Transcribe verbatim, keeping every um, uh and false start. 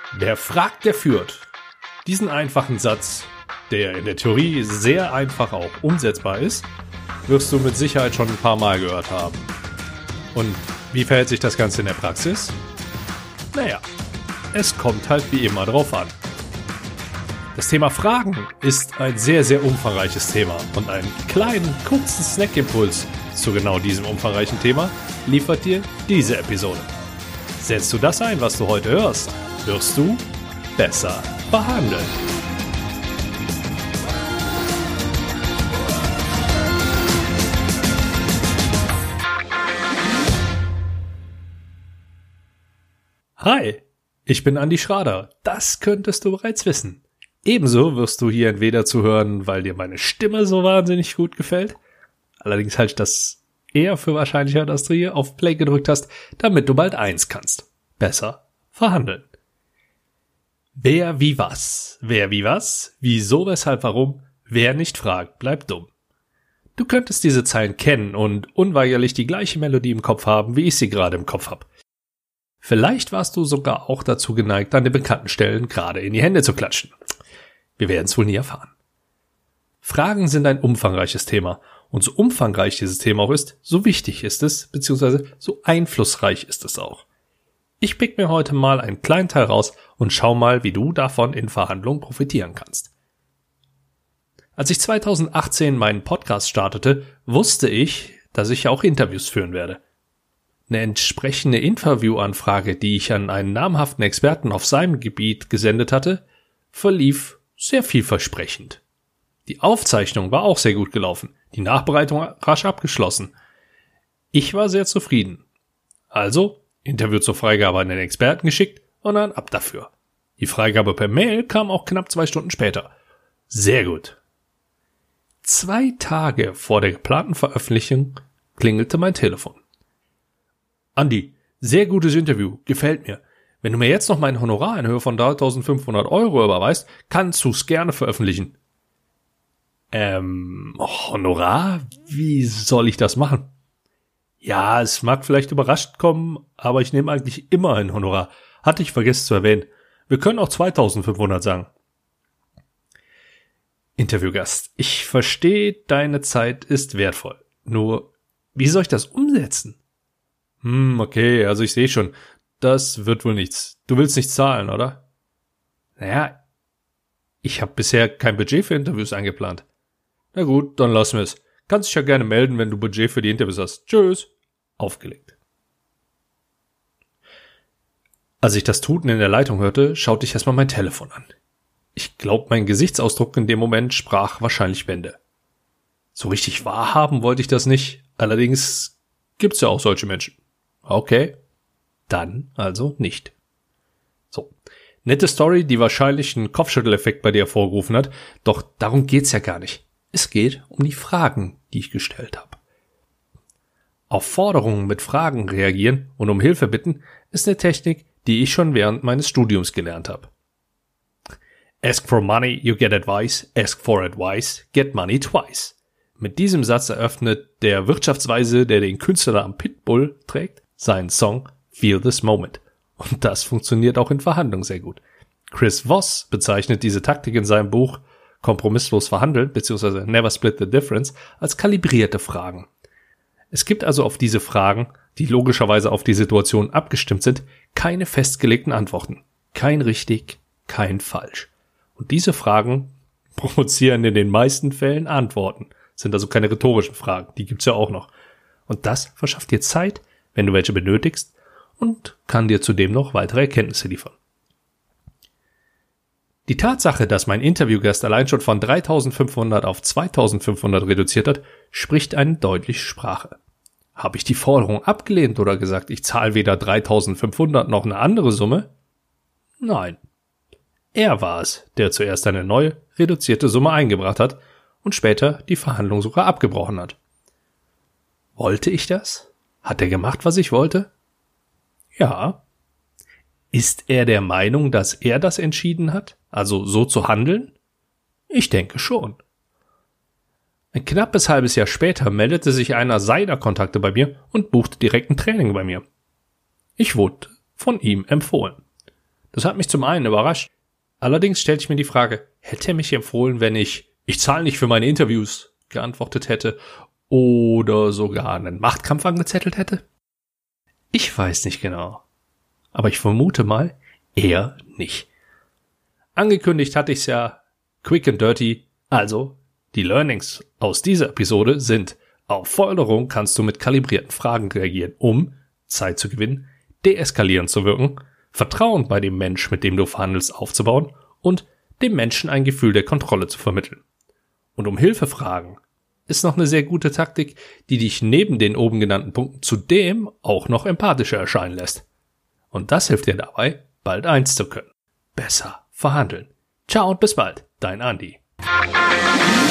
Wer fragt, der führt. Diesen einfachen Satz, der in der Theorie sehr einfach auch umsetzbar ist, wirst du mit Sicherheit schon ein paar Mal gehört haben. Und wie verhält sich das Ganze in der Praxis? Naja, es kommt halt wie immer drauf an. Das Thema Fragen ist ein sehr, sehr umfangreiches Thema und einen kleinen, kurzen Snack-Impuls zu genau diesem umfangreichen Thema liefert dir diese Episode. Setzt du das ein, was du heute hörst, wirst du besser behandeln. Hi, ich bin Andi Schrader. Das könntest du bereits wissen. Ebenso wirst du hier entweder zuhören, weil dir meine Stimme so wahnsinnig gut gefällt. Allerdings halte ich das eher für wahrscheinlicher, dass du hier auf Play gedrückt hast, damit du bald eins kannst. Besser verhandeln. Wer wie was? Wer wie was? Wieso, weshalb, warum? Wer nicht fragt, bleibt dumm. Du könntest diese Zeilen kennen und unweigerlich die gleiche Melodie im Kopf haben, wie ich sie gerade im Kopf habe. Vielleicht warst du sogar auch dazu geneigt, an den bekannten Stellen gerade in die Hände zu klatschen. Wir werden es wohl nie erfahren. Fragen sind ein umfangreiches Thema. Und so umfangreich dieses Thema auch ist, so wichtig ist es, beziehungsweise so einflussreich ist es auch. Ich pick mir heute mal einen kleinen Teil raus und schau mal, wie du davon in Verhandlungen profitieren kannst. Als ich zweitausendachtzehn meinen Podcast startete, wusste ich, dass ich auch Interviews führen werde. Eine entsprechende Interviewanfrage, die ich an einen namhaften Experten auf seinem Gebiet gesendet hatte, verlief sehr vielversprechend. Die Aufzeichnung war auch sehr gut gelaufen, die Nachbereitung rasch abgeschlossen. Ich war sehr zufrieden. Also, Interview zur Freigabe an den Experten geschickt und dann ab dafür. Die Freigabe per Mail kam auch knapp zwei Stunden später. Sehr gut. Zwei Tage vor der geplanten Veröffentlichung klingelte mein Telefon. Andi, sehr gutes Interview, gefällt mir. Wenn du mir jetzt noch mein Honorar in Höhe von dreitausendfünfhundert Euro überweist, kannst du es gerne veröffentlichen. Ähm, Honorar? Wie soll ich das machen? Ja, es mag vielleicht überrascht kommen, aber ich nehme eigentlich immer ein Honorar. Hatte ich vergessen zu erwähnen. Wir können auch zweitausendfünfhundert sagen. Interviewgast, ich verstehe, deine Zeit ist wertvoll. Nur, wie soll ich das umsetzen? Hm, okay, also ich sehe schon. Das wird wohl nichts. Du willst nicht zahlen, oder? Naja, ich habe bisher kein Budget für Interviews eingeplant. Na gut, dann lassen wir es. Kannst dich ja gerne melden, wenn du Budget für die Interviews hast. Tschüss. Aufgelegt. Als ich das Tuten in der Leitung hörte, schaute ich erstmal mein Telefon an. Ich glaube, mein Gesichtsausdruck in dem Moment sprach wahrscheinlich Bände. So richtig wahrhaben wollte ich das nicht. Allerdings gibt's ja auch solche Menschen. Okay. Dann also nicht. So, nette Story, die wahrscheinlich einen Kopfschütteleffekt bei dir hervorgerufen hat, doch darum geht's ja gar nicht. Es geht um die Fragen, die ich gestellt habe. Auf Forderungen mit Fragen reagieren und um Hilfe bitten, ist eine Technik, die ich schon während meines Studiums gelernt habe. Ask for money, you get advice. Ask for advice, get money twice. Mit diesem Satz eröffnet der Wirtschaftsweise, der den Künstlernamen Pitbull trägt, seinen Song Feel This Moment. Und das funktioniert auch in Verhandlungen sehr gut. Chris Voss bezeichnet diese Taktik in seinem Buch Kompromisslos verhandeln bzw. Never Split the Difference als kalibrierte Fragen. Es gibt also auf diese Fragen, die logischerweise auf die Situation abgestimmt sind, keine festgelegten Antworten. Kein richtig, kein falsch. Und diese Fragen provozieren in den meisten Fällen Antworten. Sind also keine rhetorischen Fragen, die gibt's ja auch noch. Und das verschafft dir Zeit, wenn du welche benötigst, und kann dir zudem noch weitere Erkenntnisse liefern. Die Tatsache, dass mein Interviewgast allein schon von dreitausendfünfhundert auf zweitausendfünfhundert reduziert hat, spricht eine deutliche Sprache. Habe ich die Forderung abgelehnt oder gesagt, ich zahle weder dreitausendfünfhundert noch eine andere Summe? Nein. Er war es, der zuerst eine neue, reduzierte Summe eingebracht hat und später die Verhandlung sogar abgebrochen hat. Wollte ich das? Hat er gemacht, was ich wollte? Ja. Ist er der Meinung, dass er das entschieden hat, also so zu handeln? Ich denke schon. Ein knappes halbes Jahr später meldete sich einer seiner Kontakte bei mir und buchte direkt ein Training bei mir. Ich wurde von ihm empfohlen. Das hat mich zum einen überrascht. Allerdings stellte ich mir die Frage, hätte er mich empfohlen, wenn ich ich zahle nicht für meine Interviews geantwortet hätte oder sogar einen Machtkampf angezettelt hätte? Ich weiß nicht genau. Aber ich vermute mal, eher nicht. Angekündigt hatte ich's ja quick and dirty, also die Learnings aus dieser Episode sind: Auf Forderung kannst du mit kalibrierten Fragen reagieren, um Zeit zu gewinnen, deeskalierend zu wirken, Vertrauen bei dem Mensch, mit dem du verhandelst, aufzubauen und dem Menschen ein Gefühl der Kontrolle zu vermitteln. Und um Hilfe fragen ist noch eine sehr gute Taktik, die dich neben den oben genannten Punkten zudem auch noch empathischer erscheinen lässt. Und das hilft dir dabei, bald eins zu können: besser verhandeln. Ciao und bis bald, dein Andi.